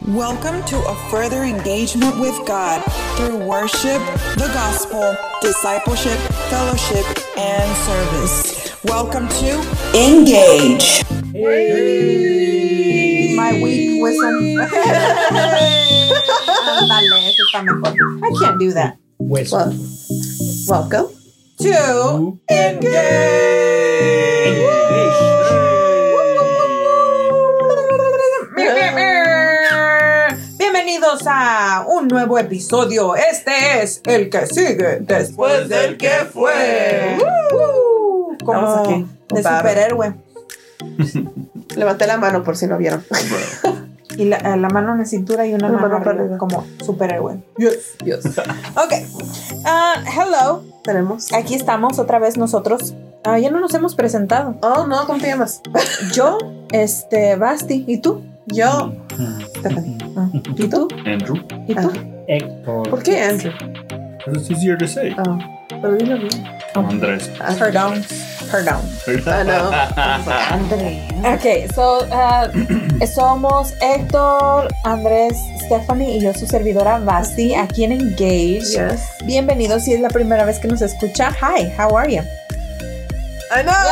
Welcome to a further engagement with God through worship, the gospel, discipleship, fellowship, and service. Welcome to Engage. Hey. My weak wisdom. Dale, eso está mejor. I can't do that. Well, welcome to Engage. Bienvenidos a un nuevo episodio. Este es el que sigue después del que fue. Como aquí, de superhéroe. Levanté la mano por si no vieron. Y la mano en la cintura y una mano arriba, como superhéroe. Yes. Ok. Hello. Aquí estamos otra vez nosotros. Ya no nos hemos presentado. Oh, no, ¿cómo te llamas? Yo, Basti. ¿Y tú? Yo, Stephanie. ¿Y tú? Andrew. ¿Y tú? Héctor. ¿Por qué Andrew? It's easier to say. Oh, pero dilo bien. Andrés. Perdón. No. Andrés. Ok, somos Héctor, Andrés, Stephanie y yo, su servidora Basti, aquí en Engage. Yes. Bienvenidos si es la primera vez que nos escucha. Hi, how are you? I know.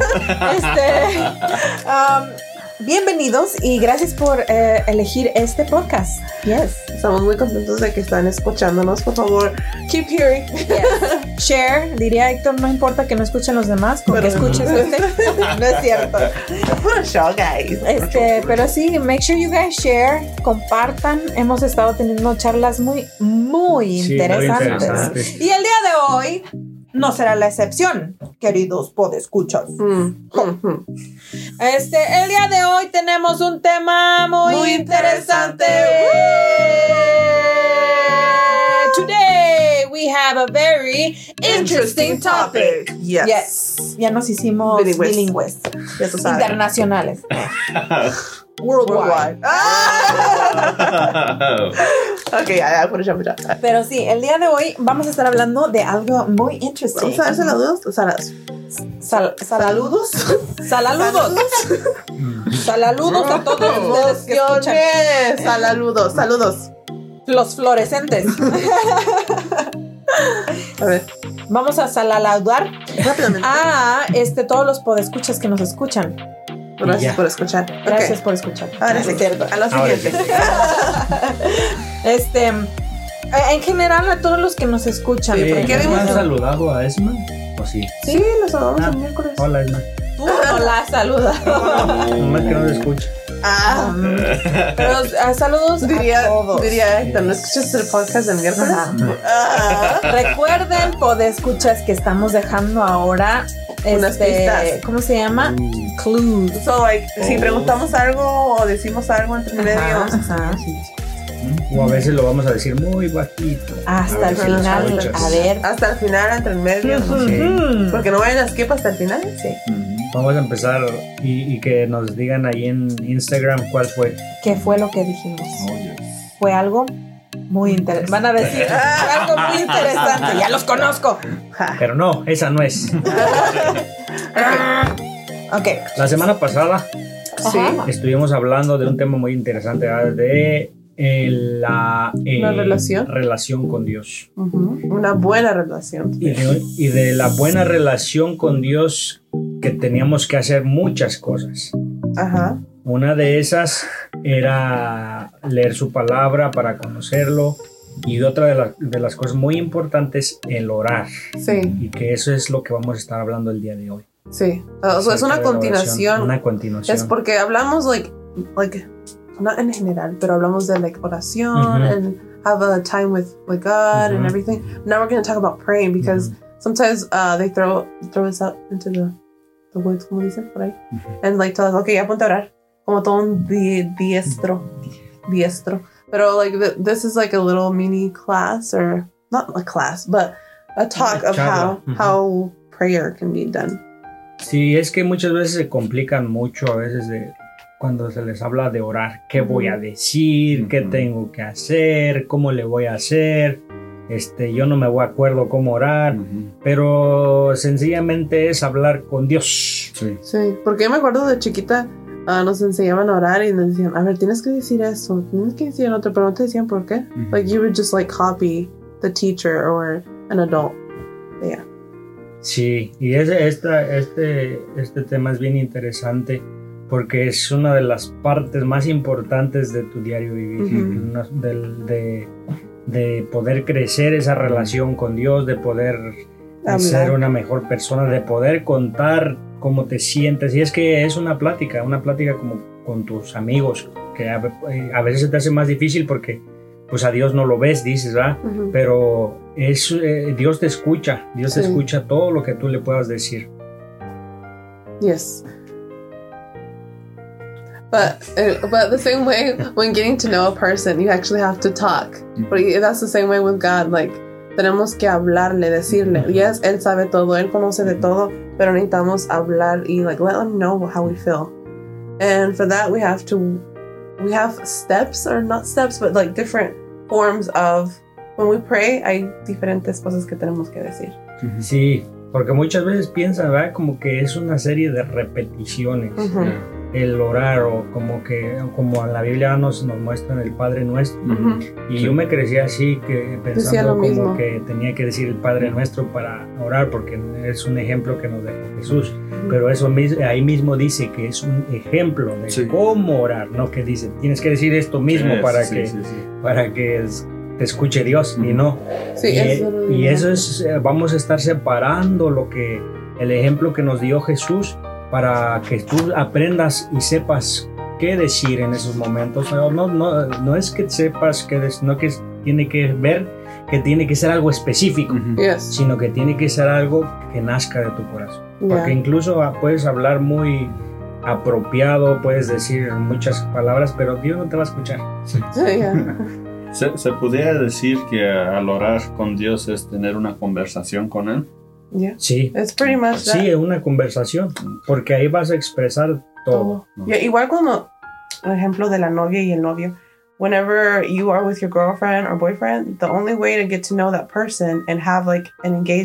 Welcome. Bienvenidos y gracias por elegir este podcast. Yes. Estamos muy contentos de que están escuchándonos. Por favor, keep hearing. Yes. Share, diría Héctor, no importa que no escuchen los demás, con que escuches este. No es cierto. Show, guys. Pero sí, make sure you guys share, compartan. Hemos estado teniendo charlas muy interesantes. Y el día de hoy no será la excepción, queridos podescuchas. El día de hoy tenemos un tema muy interesante. Today we have a very interesting topic. Yes. Ya nos hicimos bilingües. Ya tú sabes. Internacionales. Worldwide. Ok, ya, por eso. Pero sí, el día de hoy vamos a estar hablando de algo muy interesante. ¿Vamos a dar saludos? ¿Saludos? Saludos a todos ustedes que escuchan. Saludos. Los fluorescentes. A ver. Vamos a saludar Rápidamente. a todos los podescuchas que nos escuchan. Gracias por escuchar. Gracias por escuchar. Ahora sí, a lo siguiente. En general a todos los que nos escuchan. Sí, ¿por qué ¿No has saludado a Esma? ¿O sí? Sí, los saludamos el miércoles. Hola, Esma. Tú no la has saludado. Nomás que no te escucha. Pero saludos a todos. Diría Héctor, ¿no escuchas el podcast del miércoles? Recuerden, podescuchas, que estamos dejando ahora unas pistas. ¿Cómo se llama? Clues. So, si preguntamos algo o decimos algo entre medio. O a veces lo vamos a decir muy bajito. Hasta el final. A ver. Hasta el final, entre el medio. Sí. Porque no vayan a skip hasta el final. Sí. Vamos a empezar y que nos digan ahí en Instagram cuál fue. ¿Qué fue lo que dijimos? Fue algo muy interesante. Van a decir algo muy interesante. Ya los conozco. Pero no, esa no es. Ok. La semana pasada Sí. estuvimos hablando de un tema muy interesante, ¿verdad? De la relación con Dios. Una buena relación. Y de la buena relación con Dios, que teníamos que hacer muchas cosas. Ajá. Una de esas era leer su palabra para conocerlo, y otra de las cosas muy importantes, el orar. Sí. Y que eso es lo que vamos a estar hablando el día de hoy. Sí. Es una continuación. Una continuación. Es porque hablamos no en general, pero hablamos de oración and have a time with God and everything. Now we're going to talk about praying because sometimes they throw us out into the woods, como dicen por ahí, and tell us, okay, apunta a orar, como todo un diestro. Pero this is a little mini class, or not a class, but a talk of how prayer can be done. Sí, es que muchas veces se complican mucho a veces cuando se les habla de orar. ¿Qué voy a decir? ¿Qué tengo que hacer? ¿Cómo le voy a hacer? Yo no me acuerdo cómo orar, pero sencillamente es hablar con Dios. Sí, porque yo me acuerdo de chiquita, nos enseñaban a orar y nos decían, a ver, tienes que decir esto, tienes que decir el otro, pero no te decían por qué. Like, you would just, like, copy the teacher or an adult. Yeah. Sí, y este tema es bien interesante porque es una de las partes más importantes de tu diario vivir, de poder crecer esa relación con Dios, de poder ser una mejor persona, de poder contar cómo te sientes. Y es que es una plática como con tus amigos, que a veces se te hace más difícil porque pues a Dios no lo ves, dices, ¿verdad? Pero Dios te escucha, te escucha todo lo que tú le puedas decir. Yes. But the same way, when getting to know a person, you actually have to talk. But that's the same way with God. Like, tenemos que hablarle, decirle. Yes, Él sabe todo, Él conoce de todo, pero necesitamos hablar y, like, let Him know how we feel. And for that, we have steps, or not steps, but, like, different forms of, when we pray, hay diferentes cosas que tenemos que decir. Sí, porque muchas veces piensan, ¿verdad? Como que es una serie de repeticiones. El orar, o como la Biblia nos muestra en el Padre Nuestro. Y yo me crecí así, que pensando como que tenía que decir el Padre Nuestro para orar, porque es un ejemplo que nos dejó Jesús. Pero eso ahí mismo dice que es un ejemplo de cómo orar, no que dice tienes que decir esto mismo para que te escuche Dios, y no. Y eso es, vamos a estar separando el ejemplo que nos dio Jesús, para que tú aprendas y sepas qué decir en esos momentos. No es que sepas no que tiene que ver que tiene que ser algo específico, sino que tiene que ser algo que nazca de tu corazón. Porque incluso puedes hablar muy apropiado, puedes decir muchas palabras, pero Dios no te va a escuchar. ¿Se pudiera decir que al orar con Dios es tener una conversación con Él? Sí, it's pretty much that. Sí, una conversación, porque ahí vas a expresar todo. Igual como el ejemplo de la novia y el novio. Whenever you are with your girlfriend or boyfriend, the only way to get to know that person and have, like, a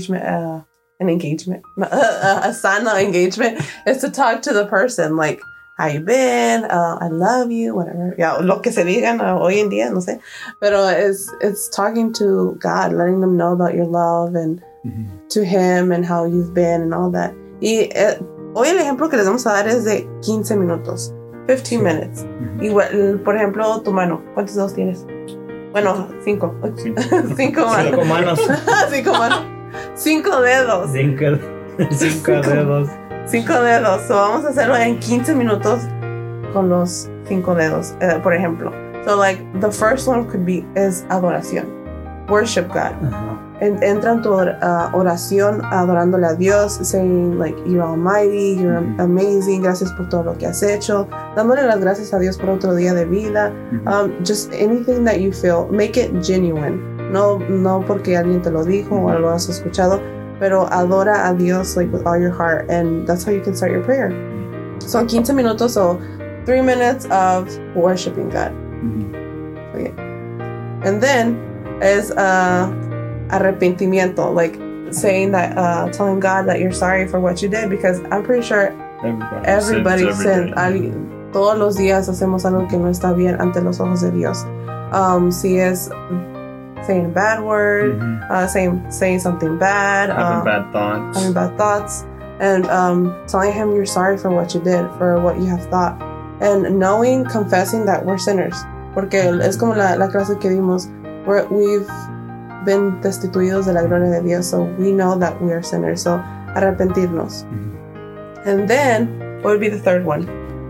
sana engagement is to talk to the person, like, how you been, I love you, whatever. Lo que se digan hoy en día, no sé. Pero it's talking to God, letting them know about your love and to Him and how you've been and all that. Y hoy el ejemplo que les vamos a dar es de 15 minutos. 15 minutes. Igual, por ejemplo, tu mano. ¿Cuántos dedos tienes? Bueno, 5. 5 manos. 5 manos. 5 manos. 5 dedos. 5 dedos. 5 dedos. So vamos a hacerlo en 15 minutos con los 5 dedos, por ejemplo. So, like, the first one is adoración. Worship God. Entra en tu oración adorándole a Dios, saying, like, you're almighty, you're amazing, gracias por todo lo que has hecho, dándole las gracias a Dios por otro día de vida. Just anything that you feel, make it genuine. No porque alguien te lo dijo o lo has escuchado, pero adora a Dios, like, with all your heart, and that's how you can start your prayer. So 15 minutos, so 3 minutes of worshiping God. So, yeah. And then is arrepentimiento, like saying that, telling God that you're sorry for what you did, because I'm pretty sure everybody sins. Todos los días hacemos algo que no está bien ante los ojos de Dios. Si es saying a bad word, saying something bad, having bad thoughts, and telling Him you're sorry for what you did, for what you have thought, and confessing that we're sinners, porque es como la clase que dimos, we've been destituidos de la gloria de Dios, so we know that we are sinners, so arrepentirnos. And then, what would be the third one?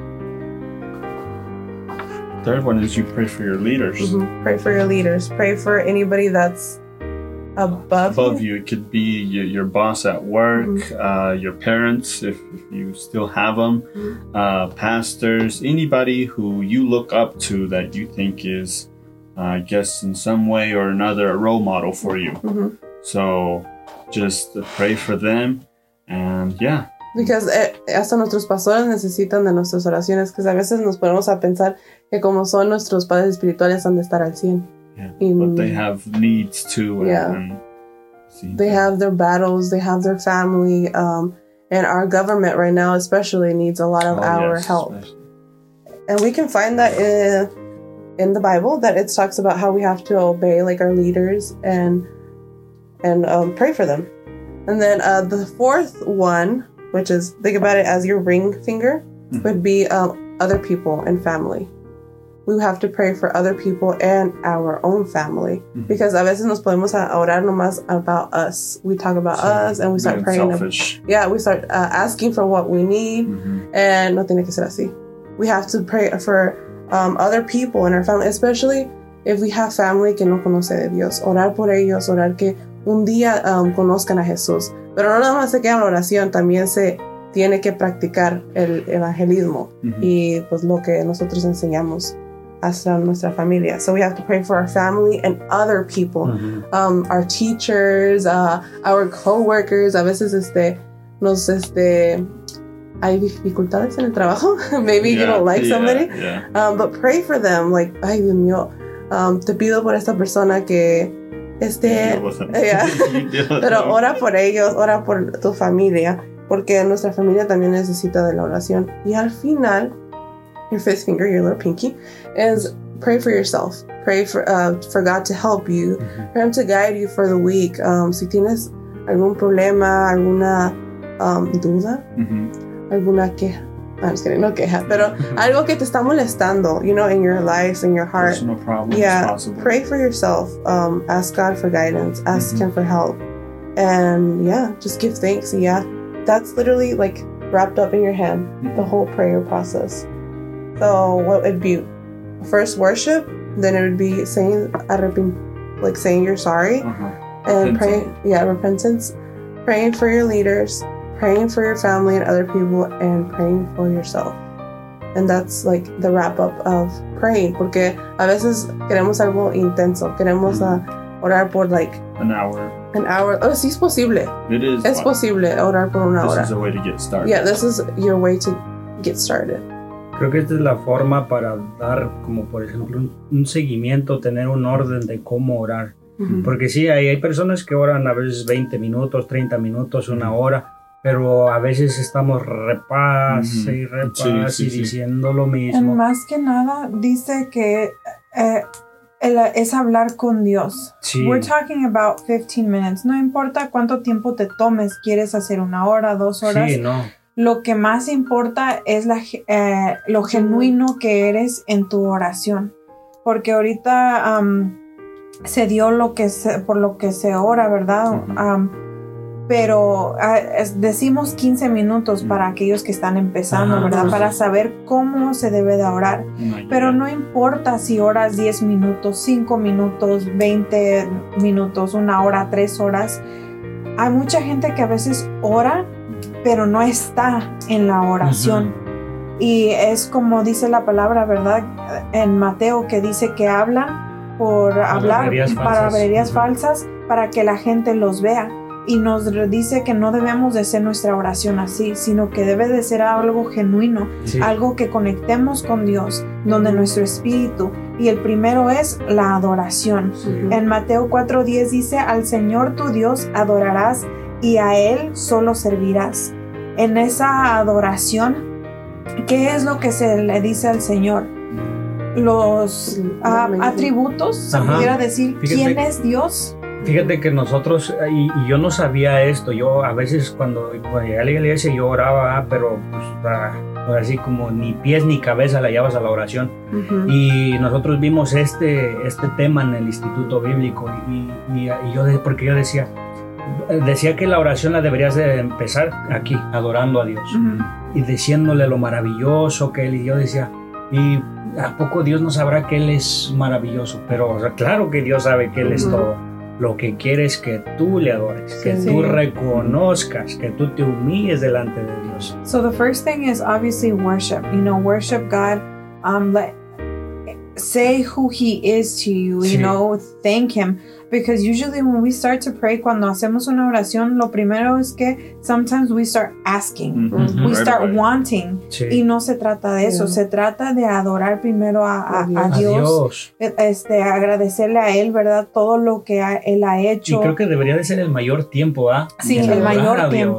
Third one is you pray for your leaders. Pray for your leaders. Pray for anybody that's above you. It could be your boss at work, your parents, if you still have them, pastors, anybody who you look up to that you think is, I guess, in some way or another, a role model for you. So just pray for them, and yeah. Because hasta nuestros pastores necesitan de nuestras oraciones, que a veces nos ponemos a pensar que como son nuestros padres espirituales han de estar al 100. Yeah, but they have needs too. They have their battles, they have their family, and our government right now especially needs a lot of our help. And we can find that in the Bible, that it talks about how we have to obey like our leaders and pray for them. And then the fourth one, which is, think about it as your ring finger, would be other people and family. We have to pray for other people and our own family. Because a veces nos podemos orar nomás about us. We talk about us and we start praying. We start asking for what we need. And no tiene que ser así. We have to pray for other people in our family, especially if we have family que no conoce de Dios. Orar por ellos, orar que un día conozcan a Jesús. Pero no nada más se queda en la oración, también se tiene que practicar el evangelismo y pues lo que nosotros enseñamos hasta nuestra familia. So we have to pray for our family and other people, our teachers, our co-workers. A veces hay dificultades en el trabajo. Maybe you don't like somebody, but pray for them. Like, ay Dios mío, te pido por esta persona que pero ora por ellos, ora por tu familia, porque nuestra familia también necesita de la oración. Y al final, your fifth finger, your little pinky, is pray for yourself. Pray for God to help you, for Him to guide you for the week. Si tienes algún problema, alguna duda, alguna queja, I'm just kidding, no queja, pero algo que te está molestando, you know, in your life, in your heart. Personal problems, possible. Pray for yourself. Ask God for guidance. Ask Him for help. And just give thanks. That's literally like wrapped up in your hand, the whole prayer process. So what would be first worship, then it would be saying you're sorry, and repentance, praying for your leaders, praying for your family and other people, and praying for yourself. And that's like the wrap up of praying, porque a veces queremos algo intenso, queremos orar por like an hour. Oh, sí es posible. It is. Es posible orar por una hora. This is a way to get started. Yeah, this is your way to get started. Creo que esta es la forma para dar, como por ejemplo, un seguimiento, tener un orden de cómo orar. Porque sí, hay personas que oran a veces 20 minutos, 30 minutos, una hora, pero a veces estamos repase y diciendo lo mismo. Más que nada dice que es hablar con Dios. Sí. We're talking about 15 minutes. No importa cuánto tiempo te tomes, quieres hacer 1 hora, 2 horas. Sí, no. Lo que más importa es lo genuino que eres en tu oración. Porque ahorita se dio por lo que se ora, ¿verdad? Pero decimos 15 minutos para aquellos que están empezando, ¿verdad? Para saber cómo se debe de orar. Pero no importa si oras 10 minutos, 5 minutos, 20 minutos, 1 hora, 3 horas. Hay mucha gente que a veces ora, pero no está en la oración. Y es como dice la palabra, ¿verdad? En Mateo, que dice que hablan por hablar para averías falsas, para que la gente los vea. Y nos dice que no debemos de hacer nuestra oración así, sino que debe de ser algo genuino, algo que conectemos con Dios, donde nuestro espíritu, y el primero es la adoración. En Mateo 4:10 dice, al Señor tu Dios adorarás y a Él solo servirás. En esa adoración, ¿qué es lo que se le dice al Señor? Los atributos, se pudiera decir, ¿quién es Dios? Fíjate que nosotros, y yo no sabía esto, yo a veces cuando llegué a la iglesia yo oraba, pero pues así como ni pies ni cabeza la llevas a la oración. Y nosotros vimos este tema en el Instituto Bíblico y porque yo decía que la oración la deberías de empezar aquí, adorando a Dios y diciéndole lo maravilloso que Él, y yo decía, ¿y a poco Dios no sabrá que Él es maravilloso? Pero claro que Dios sabe que Él es todo. Lo que quiere es que tú le adores, que tú reconozcas, que tú te humilles delante de Dios. So the first thing is obviously worship. You know, worship God. Say who He is to you. You know, thank Him. Because usually when we start to pray, cuando hacemos una oración, lo primero es que sometimes we start asking. We start wanting. Y no se trata de eso. Se trata de adorar primero a Dios. Agradecerle a Él, ¿verdad? Todo lo que Él ha hecho. Y creo que debería de ser el mayor tiempo, ¿ah? Sí, el mayor tiempo.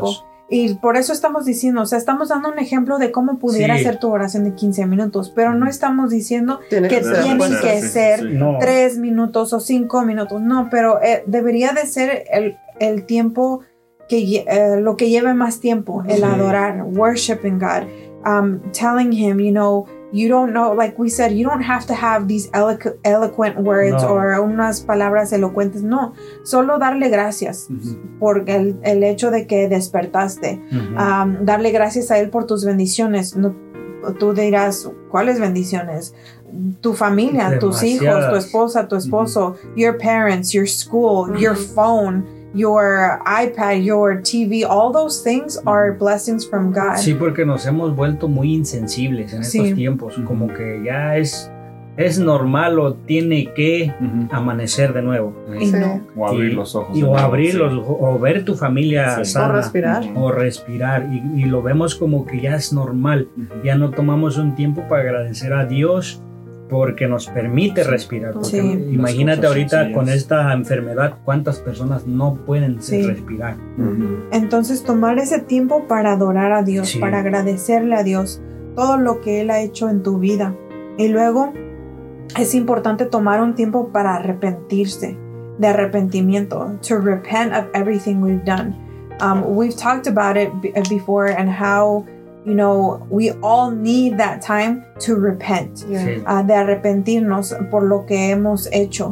Y por eso estamos diciendo, o sea, estamos dando un ejemplo de cómo pudiera Sí. ser tu oración de 15 minutos, pero no estamos diciendo Tiene que que ser tienen buena. que Sí, ser sí. No. 3 minutos o 5 minutos, no, pero debería de ser el tiempo que lo que lleve más tiempo, el Sí. adorar, worshiping God, telling Him, you don't know, like we said, you don't have to have these eloquent words No. or unas palabras elocuentes, no, solo darle gracias por el hecho de que despertaste. Ujú. Darle gracias a Él por tus bendiciones. No, tú dirás, ¿cuáles bendiciones? Tu familia, tus hijos, tu Demasiadas. esposa, tu esposo, your parents, your school, your phone, your iPad, your TV, all those things are blessings from God. Sí, porque nos hemos vuelto muy insensibles en estos Sí. tiempos, como que ya es normal o tiene que amanecer de nuevo. Y Sí. no. O abrir Y- los ojos. Y de o nuevo, abrir sí. los ojos, o ver tu familia Sí. O sana. respirar. O respirar y lo vemos como que ya es normal, ya no tomamos un tiempo para agradecer a Dios porque nos permite respirar, porque Sí. imagínate Las cosas ahorita sencillas. con esta enfermedad cuántas personas no pueden Sí. respirar. Entonces tomar ese tiempo para adorar a Dios, Sí. para agradecerle a Dios todo lo que Él ha hecho en tu vida. Y luego es importante tomar un tiempo para arrepentirse, de arrepentimiento, to repent of everything we've done. We've talked about it before and how, we all need that time to repent. Yeah. Sí. De arrepentirnos por lo que hemos hecho,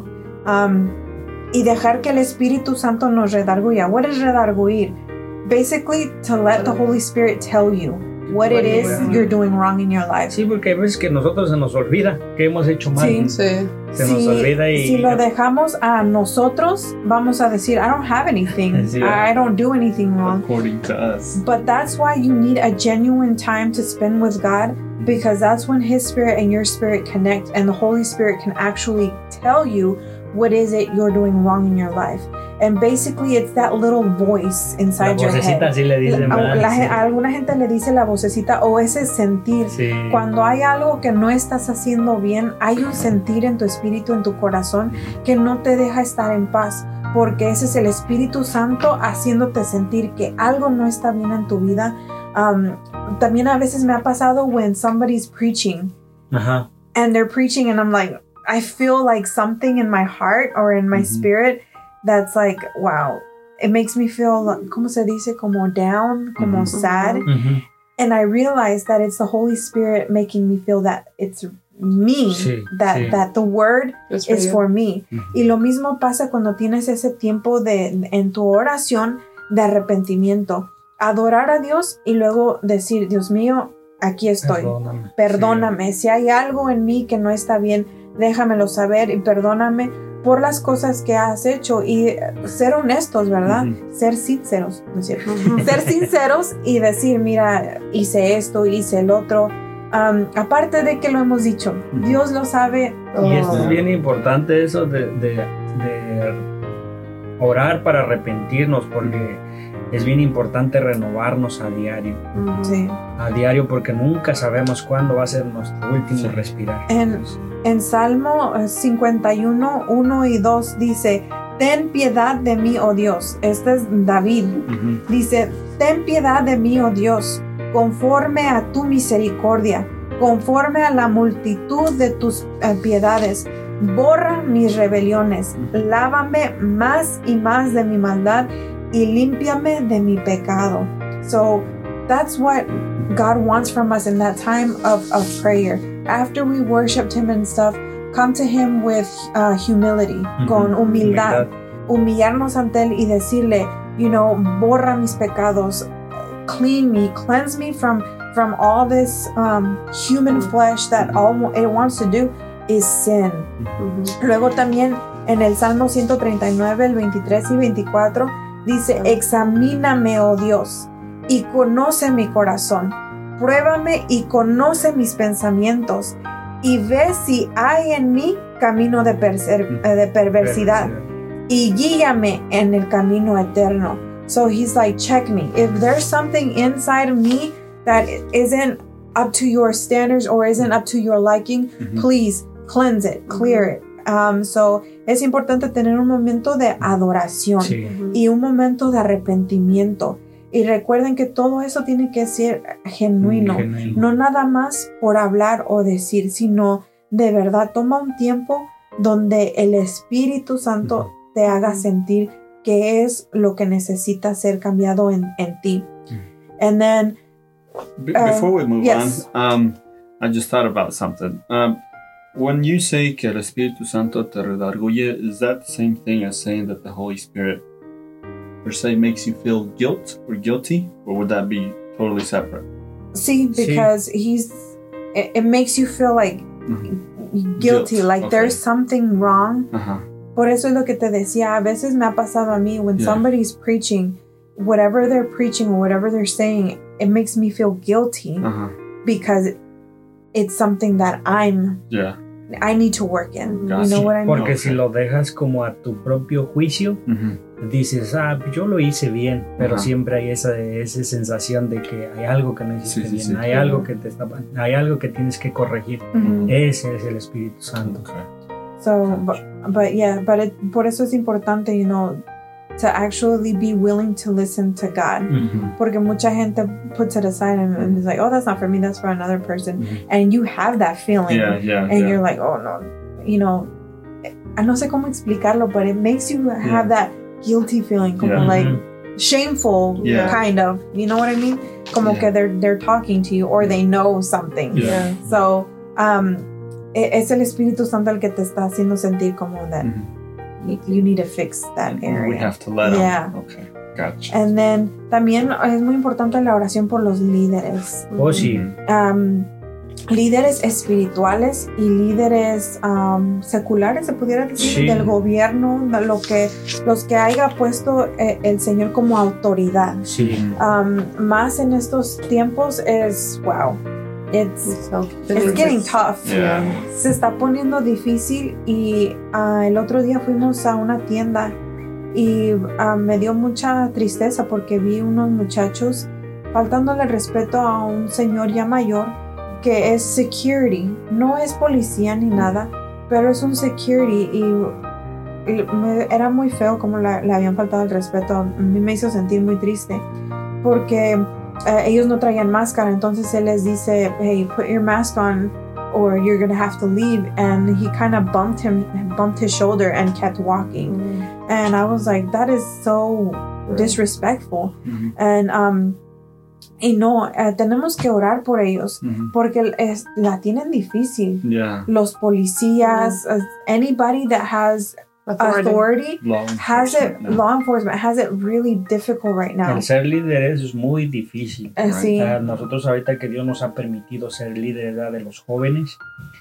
y dejar que el Espíritu Santo nos redarguya. What is redarguir? Basically, to let the Holy Spirit tell you what it is you're doing wrong in your life. Sí, porque hay veces que nosotros se nos olvida que hemos hecho mal. Sí. Sí. Se nos olvida y si lo dejamos a nosotros, vamos a decir, I don't have anything. Sí. I don't do anything wrong. According to us. But that's why you need a genuine time to spend with God, because that's when His Spirit and your spirit connect, and the Holy Spirit can actually tell you what is it you're doing wrong in your life. And basically it's that little voice la inside your vocecita head. así le dicen, ¿verdad? Sí. A alguna gente le dice la vocecita o ese sentir. Sí. Cuando hay algo que no estás haciendo bien, hay un sentir en tu espíritu, en tu corazón, que no te deja estar en paz, porque ese es el Espíritu Santo haciéndote sentir que algo no está bien en tu vida. También a veces me ha pasado when somebody's preaching Ajá. and they're preaching and I'm like, I feel like something in my heart or in my spirit that's like, wow, it makes me feel, ¿cómo se dice? Como down, como sad. Ujú. And I realize that it's the Holy Spirit making me feel that it's me, Sí, that sí. that the word It's for is you. for me. Y lo mismo pasa cuando tienes ese tiempo en tu oración de arrepentimiento. Adorar a Dios y luego decir, Dios mío, aquí estoy. Perdóname. Perdóname. Si hay algo en mí que no está bien, déjamelo saber y perdóname por las cosas que has hecho y ser honestos, ¿verdad? Ser sinceros, ¿no es cierto? Ser sinceros y decir, mira, hice esto, hice el otro. Aparte de que lo hemos dicho, Dios lo sabe. Y esto es bien importante, eso de orar para arrepentirnos, porque es bien importante renovarnos a diario. Sí. A diario, porque nunca sabemos cuándo va a ser nuestro último respirar. En Salmo 51, 1 y 2 dice, ten piedad de mí, oh Dios. Este es David. Dice, ten piedad de mí, oh Dios, conforme a tu misericordia, conforme a la multitud de tus piedades. Borra mis rebeliones, lávame más y más de mi maldad y límpiame de mi pecado. So that's what God wants from us in that time of prayer. After we worshiped Him and stuff, come to Him with humility, con humildad. Humillarnos ante Él y decirle, borra mis pecados, clean me, cleanse me from all this human flesh that all it wants to do is sin. Luego también en el Salmo 139, el 23 y 24 dice, examíname, oh Dios, y conoce mi corazón, pruébame y conoce mis pensamientos, y ve si hay en mí camino de perversidad, y guíame en el camino eterno. So he's like, check me. If there's something inside of me that isn't up to your standards or isn't up to your liking, please cleanse it, clear it. So es importante tener un momento de adoración y un momento de arrepentimiento. Y recuerden que todo eso tiene que ser genuino. No nada más por hablar o decir, sino de verdad toma un tiempo donde el Espíritu Santo te haga sentir qué es lo que necesita ser cambiado en ti. And then before we move yes. on, I just thought about something. When you say que el Espíritu Santo te redarguye, is that the same thing as saying that the Holy Spirit per se makes you feel guilt or guilty, or would that be totally separate? See, because it makes you feel like guilty, like there's something wrong. Por eso es lo que te decía, a veces me ha pasado a mí, when somebody's preaching, whatever they're preaching or whatever they're saying, it makes me feel guilty because it's something that I need to work in. Gotcha. You know what I mean? Porque si lo dejas como a tu propio juicio, dices, yo lo hice bien, pero siempre hay esa sensación de que hay algo que no hiciste bien, hay algo que hay algo que tienes que corregir. Ese es el Espíritu Santo. So, por eso es importante, you know, to actually be willing to listen to God. Porque mucha gente puts it aside and is like, oh, that's not for me, that's for another person. And you have that feeling. And you're like, oh, no. You know, no sé cómo explicarlo, but it makes you have that guilty feeling, como like shameful, kind of. You know what I mean? Como que they're talking to you or they know something. So, es el Espíritu Santo el que te está haciendo sentir como that you need to fix that area. We have to let them. Okay, gotcha. And then también es muy importante la oración por los líderes. Oh, sí. Líderes espirituales y líderes seculares, se pudiera decir, del gobierno, de los que haya puesto el Señor como autoridad. Más en estos tiempos es, wow. It's getting tough. Se está poniendo difícil y el otro día fuimos a una tienda y me dio mucha tristeza porque vi unos muchachos faltándole el respeto a un señor ya mayor que es security, no es policía ni nada, pero es un security y era muy feo como le habían faltado el respeto. A mí me hizo sentir muy triste porque ellos no traían máscara, entonces él les dice, hey, put your mask on or you're gonna have to leave, and he kind of bumped his shoulder and kept walking. And I was like, that is so disrespectful. And y no, tenemos que orar por ellos porque la tienen difícil. Los policías, anybody that has authority law enforcement has it really difficult right now. El ser líderes es muy difícil. Nosotros ahorita que Dios nos ha permitido ser líderes de los jóvenes,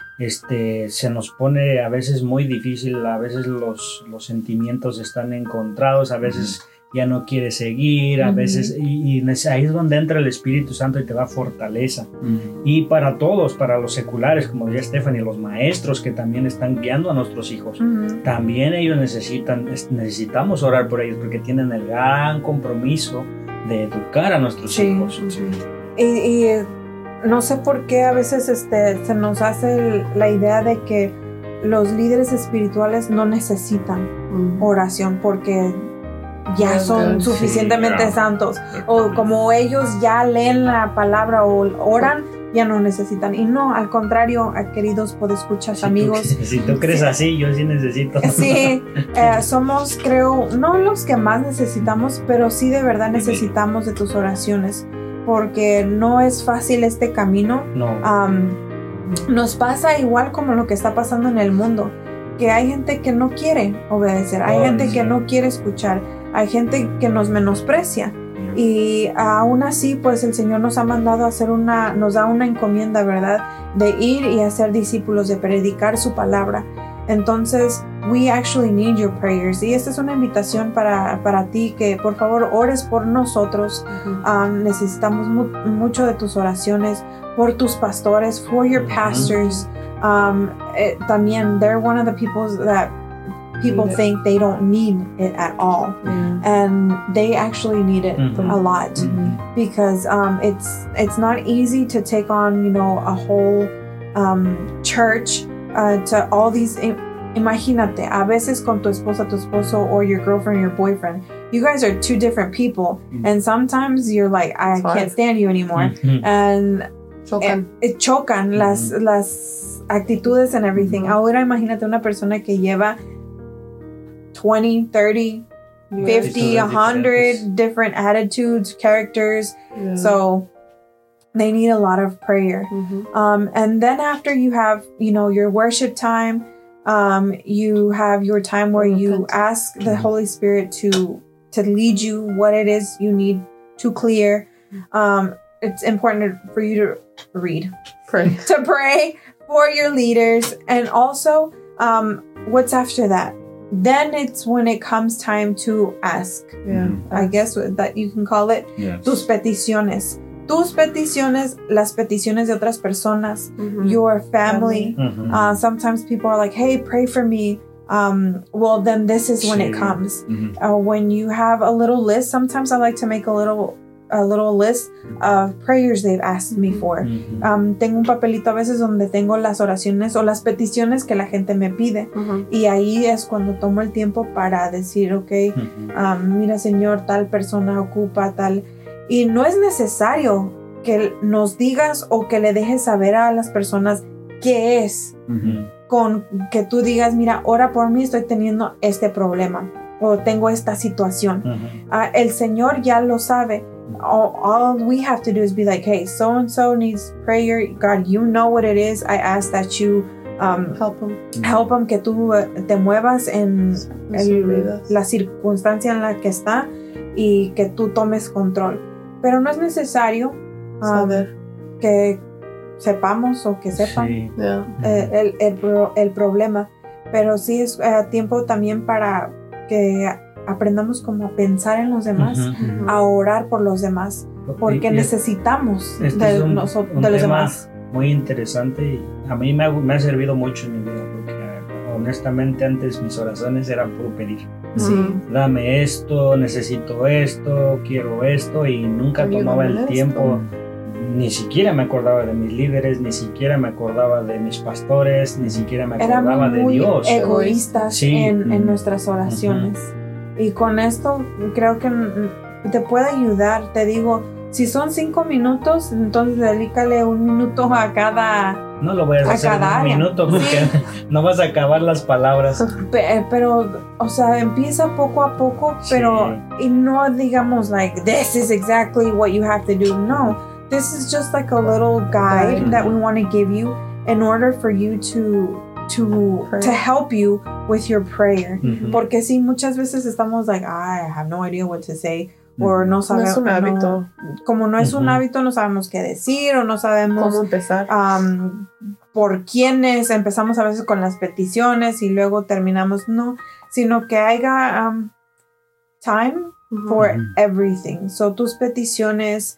se nos pone a veces muy difícil, a veces los sentimientos están encontrados, a veces ya no quiere seguir, a veces, y ahí es donde entra el Espíritu Santo y te da fortaleza. Y para todos, para los seculares, como decía Stephanie, los maestros que también están guiando a nuestros hijos, también ellos necesitamos orar por ellos porque tienen el gran compromiso de educar a nuestros hijos. Y no sé por qué a veces se nos hace la idea de que los líderes espirituales no necesitan oración porque ya son suficientemente santos, o como ellos ya leen la palabra o oran, ya no necesitan. Y no, al contrario, queridos podescuchas, amigos. Si tú crees así, yo sí necesito. Somos, creo, no los que más necesitamos, pero sí de verdad necesitamos de tus oraciones, porque no es fácil este camino. Nos pasa igual como lo que está pasando en el mundo, que hay gente que no quiere obedecer, hay gente que no quiere escuchar, hay gente que nos menosprecia. Y aún así, pues el Señor nos ha mandado a hacer nos da una encomienda, ¿verdad? De ir y hacer discípulos, de predicar su palabra. Entonces, we actually need your prayers. Y esta es una invitación para ti, que por favor ores por nosotros. Necesitamos mucho de tus oraciones, por tus pastores, for your pastors. También, they're one of the people that people think they don't need it at all, and they actually need it a lot, because it's not easy to take on, a whole church, to all these. Imagínate, a veces con tu esposa, tu esposo, or your girlfriend, your boyfriend, you guys are two different people, and sometimes you're like, I can't stand you anymore, and chocan las actitudes and everything. Ahora imagínate una persona que lleva 20, 30, 50, 100 different attitudes, characters. Yeah. So they need a lot of prayer. And then after you have, your worship time, you have your time where you ask the Holy Spirit to lead you what it is you need to clear. It's important for you to pray for your leaders. And also, what's after that? Then it's when it comes time to ask. Yeah. I guess that you can call it. Yes. Tus peticiones, las peticiones de otras personas, your family. Sometimes people are like, hey, pray for me. Well, then this is when it comes. When you have a little list, sometimes I like to make a little list of prayers they've asked me for. Tengo un papelito a veces donde tengo las oraciones o las peticiones que la gente me pide. Y ahí es cuando tomo el tiempo para decir, okay, mira, Señor, tal persona ocupa tal. Y no es necesario que nos digas o que le dejes saber a las personas qué es. Con que tú digas, mira, ora por mí, estoy teniendo este problema o tengo esta situación. El Señor ya lo sabe. All we have to do is be like, hey, so-and-so needs prayer. God, you know what it is. I ask that you help him, que tú te muevas en la circunstancia en la que está y que tú tomes control. Pero no es necesario que sepamos o que sepan el problema. Pero sí es tiempo también para que aprendamos como a pensar en los demás, a orar por los demás, porque necesitamos de los demás. Muy interesante y a mí me ha servido mucho en mi vida, porque honestamente antes mis oraciones eran por pedir. Dame esto, necesito esto, quiero esto, y nunca tomaba el tiempo. Ni siquiera me acordaba de mis líderes, ni siquiera me acordaba de mis pastores, ni siquiera me acordaba de Dios. Éramos muy egoístas en nuestras oraciones. Y con esto creo que te puede ayudar. Te digo, si son 5 minutos, entonces dedícale 1 minuto a cada. No lo voy a hacer en 1 minuto porque no vas a acabar las palabras. Pero, o sea, empieza poco a poco, pero y no digamos like this is exactly what you have to do. No, this is just like a little guide that we want to give you in order for you to help you with your prayer. Porque sí, muchas veces estamos like, I have no idea what to say, o no sabemos. No es un hábito. Como no es un hábito, no sabemos qué decir, o no sabemos cómo empezar. Por quiénes empezamos a veces con las peticiones y luego terminamos, no, sino que haya time for everything. So tus peticiones,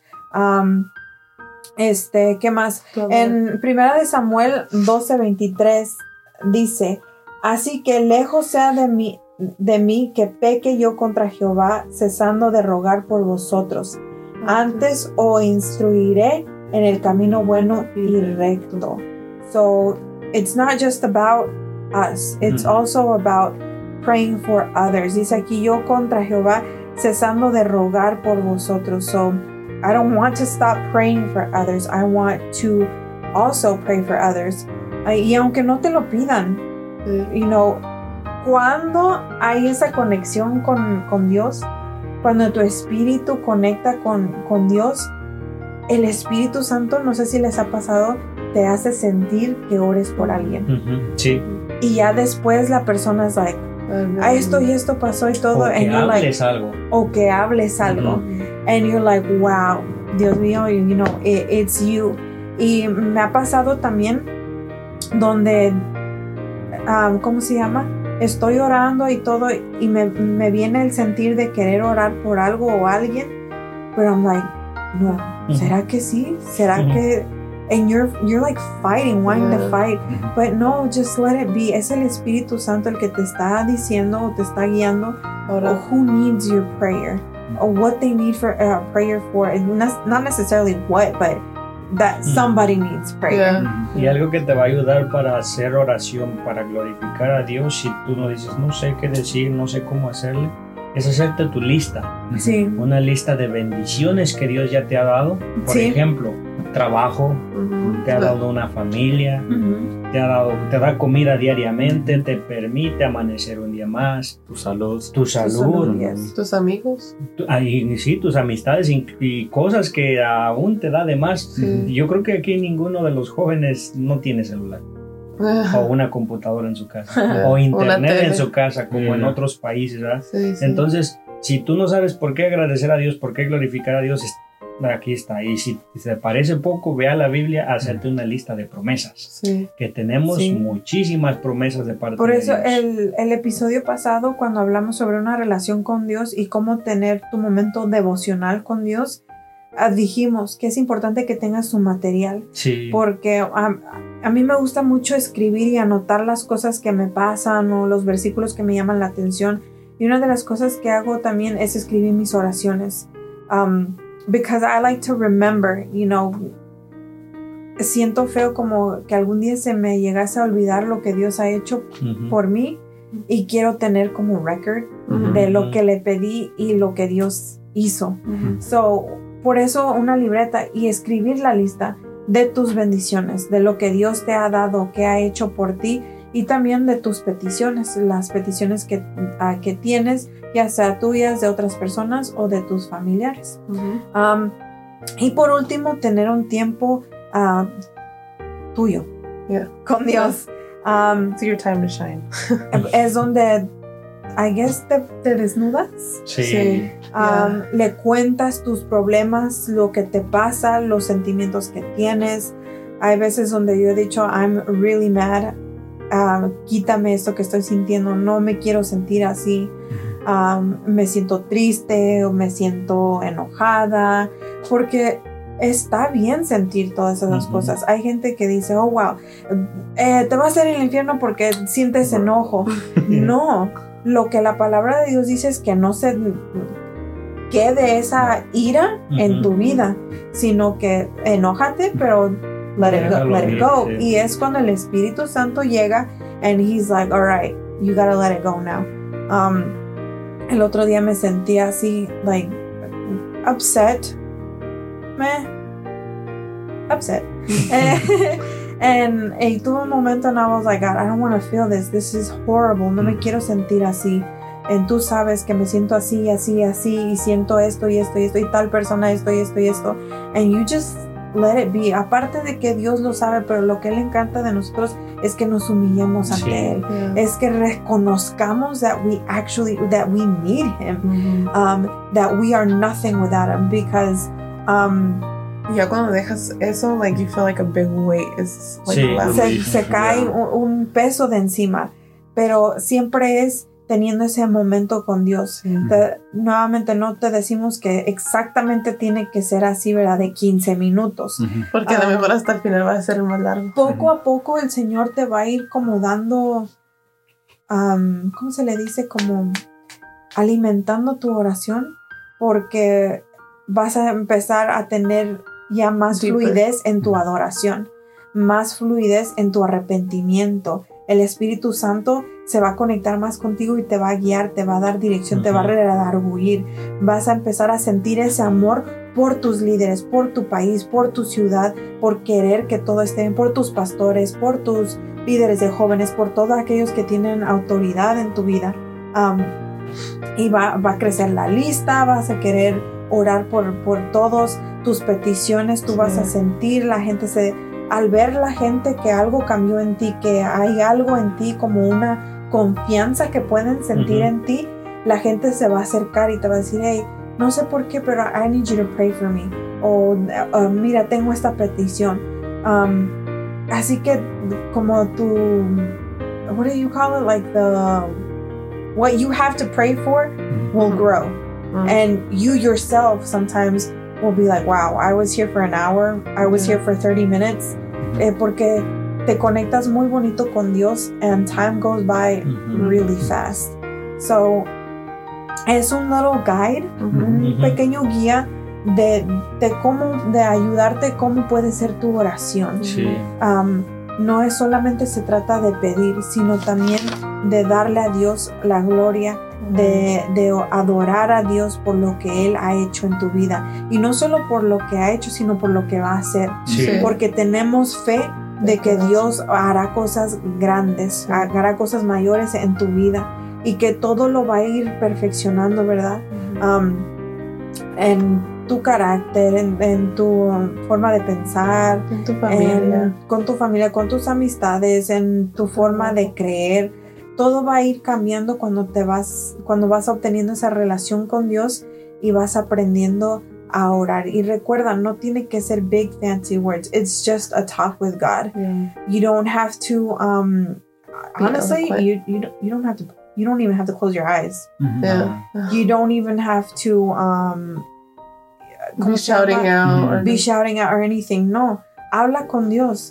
¿qué más? En 1 de Samuel 12:23 dice, así que lejos sea de mí que peque yo contra Jehová, cesando de rogar por vosotros. Antes os instruiré en el camino bueno y recto. So it's not just about us, it's also about praying for others. Dice aquí, yo contra Jehová, cesando de rogar por vosotros. So I don't want to stop praying for others. I want to also pray for others. Y aunque no te lo pidan, cuando hay esa conexión con Dios, cuando tu espíritu conecta con Dios, el Espíritu Santo, no sé si les ha pasado, te hace sentir que ores por alguien. Sí. Y ya después la persona es like, esto y esto pasó y todo. O que hables algo. O que hables algo. And you're like, wow, Dios mío, it's you. Y me ha pasado también donde, ¿cómo se llama? Estoy orando y todo y me viene el sentir de querer orar por algo o alguien, pero I'm like, no, ¿será que sí? ¿Será que? And you're like fighting, wanting to fight, but no, just let it be. Es el Espíritu Santo el que te está diciendo o te está guiando. Who needs your prayer? Or what they need for prayer for? And not necessarily what, but that somebody needs prayer. Y algo que te va a ayudar para hacer oración, para glorificar a Dios, si tú no dices, no sé qué decir, no sé cómo hacerle, es hacerte tu lista. Sí. Una lista de bendiciones que Dios ya te ha dado. Por Sí. ejemplo, trabajo, te ha dado una familia, te da comida diariamente, te permite amanecer un día más, Tu salud. tu salud, Yes. Tus amigos. sí, tus amistades y cosas que aún te da de más. Sí. Yo creo que aquí ninguno de los jóvenes no tiene celular o una computadora en su casa o internet tele. en su casa como en Yeah. otros países, ¿verdad? Sí, sí. Entonces, si tú no sabes por qué agradecer a Dios, por qué glorificar a Dios, aquí está. Y si te parece poco, ve a la Biblia, hacerte una lista de promesas. Sí. Que tenemos Sí. muchísimas promesas de parte Por de eso Dios. el episodio pasado, cuando hablamos sobre una relación con Dios y cómo tener tu momento devocional con Dios, dijimos que es importante que tengas su material. Sí. Porque a mí me gusta mucho escribir y anotar las cosas que me pasan o los versículos que me llaman la atención. Y una de las cosas que hago también es escribir mis oraciones. Because I like to remember, you know, siento feo como que algún día se me llegase a olvidar lo que Dios ha hecho Ujú. por mí y quiero tener como record Ujú. de lo que le pedí y lo que Dios hizo. Ujú. So, por eso una libreta y escribir la lista de tus bendiciones, de lo que Dios te ha dado, que ha hecho por ti y también de tus peticiones, las peticiones que tienes, ya sea tuyas, de otras personas o de tus familiares. Ujú. Y por último, tener un tiempo tuyo Yeah. con Dios. It's your time to shine. Es donde, I guess, te desnudas. Sí. Sí. Yeah. Le cuentas tus problemas, lo que te pasa, los sentimientos que tienes. Hay veces donde yo he dicho, I'm really mad. Quítame esto que estoy sintiendo. No me quiero sentir así. Me siento triste o me siento enojada. Porque está bien sentir todas esas Ujú. cosas. Hay gente que dice, oh, wow, te va a hacer el infierno porque sientes enojo. No. Lo que la palabra de Dios dice es que no se quede esa ira en Ujú. tu vida, sino que enójate, pero let it Déjalo go. ir, sí. Y es cuando el Espíritu Santo llega and he's like, all right, you gotta let it go now. El otro día me sentía así, like, upset. Y tuve un momento and I was like, God, I don't want to feel this. This is horrible. No me quiero sentir así. Tú sabes que me siento así, así, así, y siento esto y esto y esto, y tal persona esto y esto y esto. And you just let it be. Aparte de que Dios lo sabe, pero lo que Él encanta de nosotros es que nos humillemos ante Sí. Él. Yeah. Es que reconozcamos that we need Him. Ujú. That we are nothing without Him. Because Ya cuando dejas eso, like you feel like a big weight is like Sí. left. se cae Yeah. un peso de encima. Pero siempre es teniendo ese momento con Dios. Sí. Nuevamente no te decimos que exactamente tiene que ser así, ¿verdad? De 15 minutos. Porque a lo mejor hasta el final va a ser el más largo. Poco a poco el Señor te va a ir como dando, ¿cómo se le dice? Como alimentando tu oración, porque vas a empezar a tener ya más Deeper. fluidez en tu adoración, más fluidez en tu arrepentimiento. El Espíritu Santo se va a conectar más contigo y te va a guiar, te va a dar dirección, te va a redarguir. Vas a empezar a sentir ese amor por tus líderes, por tu país, por tu ciudad, por querer que todo esté bien, por tus pastores, por tus líderes de jóvenes, por todos aquellos que tienen autoridad en tu vida. Y va a crecer la lista, vas a querer orar por todos tus peticiones, tú vas a sentir la gente al ver la gente que algo cambió en ti, que hay algo en ti como una confianza que pueden sentir en ti, la gente se va a acercar y te va a decir, hey, no sé por qué, pero I need you to pray for me. O mira, tengo esta petición. Así que como tu, what do you call it? Like what you have to pray for will grow. And you yourself sometimes will be like, wow, I was here for an hour, I was here for 30 minutes, porque te conectas muy bonito con Dios and time goes by really fast. So, es un little guide, un pequeño guía de ayudarte cómo puede ser tu oración. Sí. No es solamente se trata de pedir, sino también de darle a Dios la gloria de adorar a Dios por lo que Él ha hecho en tu vida. Y no solo por lo que ha hecho, sino por lo que va a hacer. Sí. Porque tenemos fe de que Dios hará cosas grandes, hará cosas mayores en tu vida y que todo lo va a ir perfeccionando, ¿verdad? En tu carácter, en tu forma de pensar, En tu familia. con tu familia, con tus amistades, en tu forma de creer. Todo va a ir cambiando cuando vas obteniendo esa relación con Dios y vas aprendiendo a orar. Y recuerda, no tiene que ser big fancy words. It's just a talk with God. Yeah. You don't have to honestly, eloquent. you don't have to, you don't even have to close your eyes. Yeah. You don't even have to Be shouting out. Or be shouting out or anything. No, habla con Dios.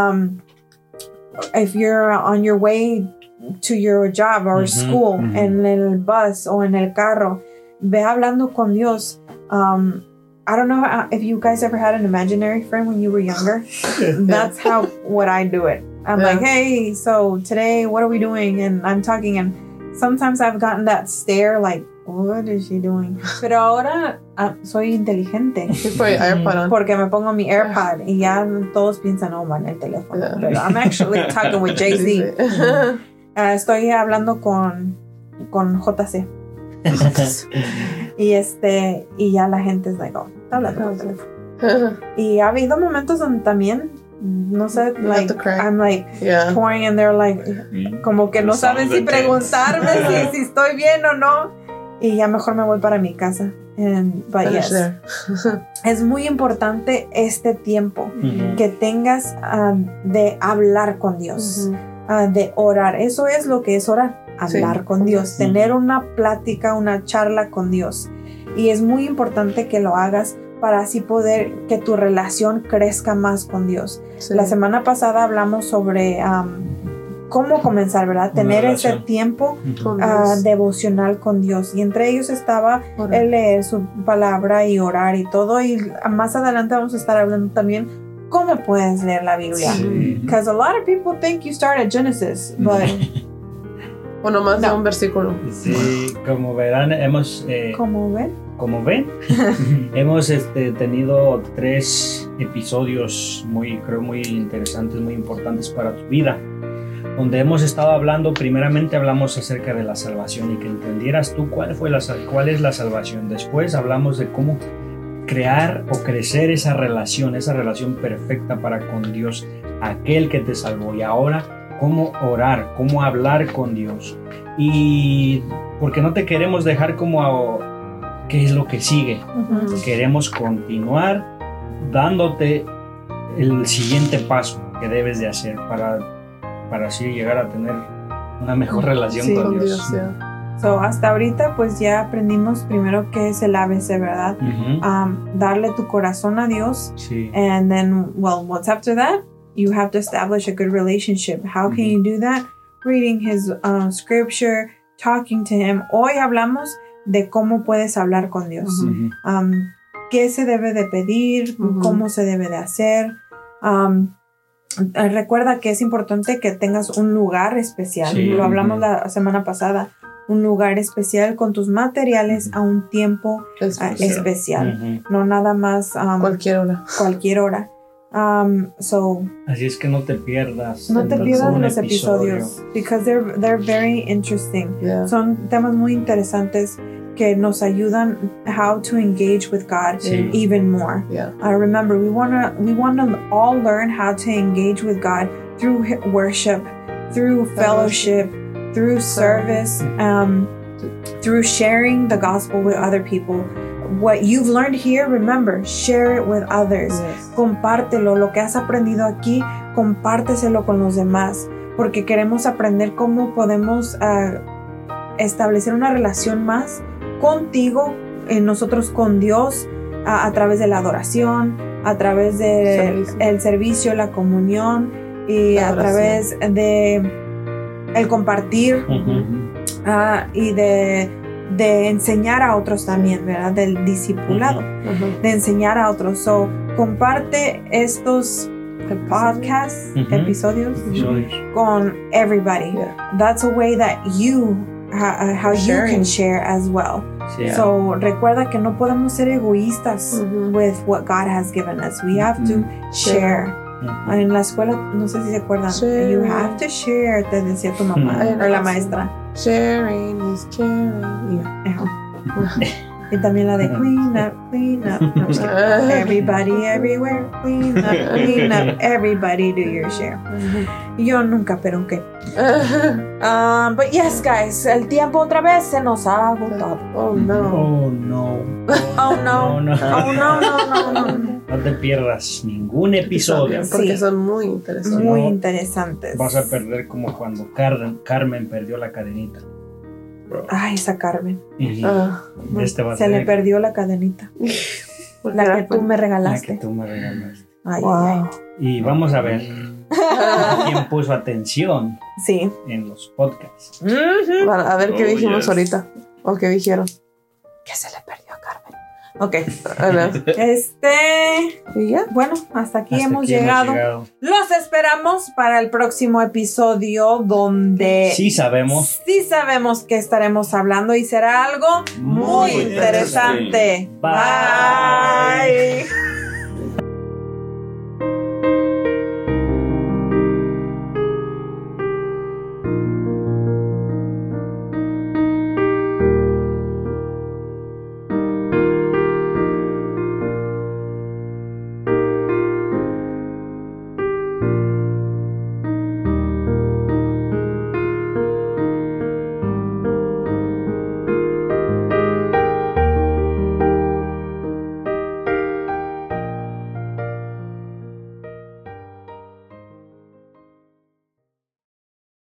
If you're on your way to your job or school, en el bus o en el carro, ve hablando con Dios. I don't know if you guys ever had an imaginary friend when you were younger. That's how what I do it. I'm like, hey, so today what are we doing? And I'm talking, and sometimes I've gotten that stare like, what is she doing? Pero ahora soy inteligente. You put your AirPod on. Porque me pongo mi AirPod y ya todos piensan, oh, man, el teléfono. Yeah. Pero I'm actually talking with Jay-Z. Estoy hablando con JC. y ya la gente es like, oh, está hablando con teléfono. Y ha habido momentos donde también, no sé, You have like, to cry. I'm like Yeah. pouring and they're like, como que no saben si preguntarme si estoy bien o no. Y ya mejor me voy para mi casa. But Finish yes, there. es muy importante este tiempo que tengas de hablar con Dios, de orar. Eso es lo que es orar, hablar Sí. con Dios, tener una plática, una charla con Dios. Y es muy importante que lo hagas para así poder que tu relación crezca más con Dios. Sí. La semana pasada hablamos sobre cómo comenzar, ¿verdad? Tener ese relación. tiempo Con Dios. devocional con Dios. Y entre ellos estaba Orar. el leer su palabra y orar y todo. Y más adelante vamos a estar hablando también cómo puedes leer la Biblia. Sí. Because a lot of people think you start at Genesis, but O nomás de No. un versículo. Sí, como verán, hemos, como ven, como ven, hemos tenido 3 episodios creo muy interesantes, muy importantes para tu vida, donde hemos estado hablando, primeramente hablamos acerca de la salvación y que entendieras tú cuál es la salvación. Después hablamos de cómo crear o crecer esa relación perfecta para con Dios, aquel que te salvó. Y ahora, cómo orar, cómo hablar con Dios. Y porque no te queremos dejar como qué es lo que sigue. Queremos continuar dándote el siguiente paso que debes de hacer para así llegar a tener una mejor relación Sí, con Con Dios. Dios, yeah. So, hasta ahorita pues ya aprendimos primero qué es el ABC, ¿verdad? Ujú. Darle tu corazón a Dios. Sí. And then, well, what's after that? You have to establish a good relationship. How can you do that? Reading his scripture, talking to him. Hoy hablamos de cómo puedes hablar con Dios. Ujú. Qué se debe de pedir, cómo se debe de hacer. Recuerda que es importante que tengas un lugar especial. Sí. Lo hablamos la semana pasada. Un lugar especial con tus materiales a un tiempo especial. Ujú. No nada más Cualquier hora. cualquier hora. So Así es que no te pierdas. no te el pierdas próximo los episodio. episodios because they're very interesting. Yeah. Son temas muy interesantes que nos ayudan how to engage with God Sí. even more. Yeah. Remember, we wanna all learn how to engage with God through worship, through fellowship, through service, through sharing the gospel with other people. What you've learned here, remember, share it with others. Yes. Compártelo, lo que has aprendido aquí, compárteselo con los demás, porque queremos aprender cómo podemos establecer una relación más contigo, nosotros con Dios, a través de la adoración, a través del servicio, la comunión y La a través de el compartir y de enseñar a otros también, ¿verdad? Del discipulado, de enseñar a otros. So, comparte estos podcasts, episodios con everybody. Yeah. That's a way that you how you Sharing. can share as well. Sí, So recuerda que no podemos ser egoístas with what God has given us. We have to share. Ujú. En la escuela, no sé si se acuerdan, Share. you have to share, te decía tu mamá Ujú. o la maestra. Sharing is caring. Yeah. Ajá. Y también la de clean up, no, es que everybody, everywhere, clean up, everybody do your share. Yo nunca, pero ok. But yes, guys, el tiempo otra vez se nos ha agotado. Oh no. Oh, no. Oh no, No. oh no. No te pierdas ningún episodio. Porque Sí. son muy interesantes. Muy no, interesantes. Vas a perder como cuando Carmen perdió la cadenita. Ay, esa Carmen. Y Ah, este va a Se ser le perdió la cadenita. porque La que era tú me la que regalaste. tú me regalaste. Ay, Wow. ay, Y vamos a ver quién puso atención ay. Sí. en los podcasts. Ujú. Para- a ver qué Oh, dijimos yes. ahorita. O qué dijeron. Que se le perdió a Carmen. Ok. Ah, no. Y ¿Y ya? bueno, hasta aquí Hasta hemos aquí llegado. Los esperamos para el próximo episodio donde Sí sabemos. sí sabemos que estaremos hablando y será algo muy Muy interesante. interesante. Bye. Bye.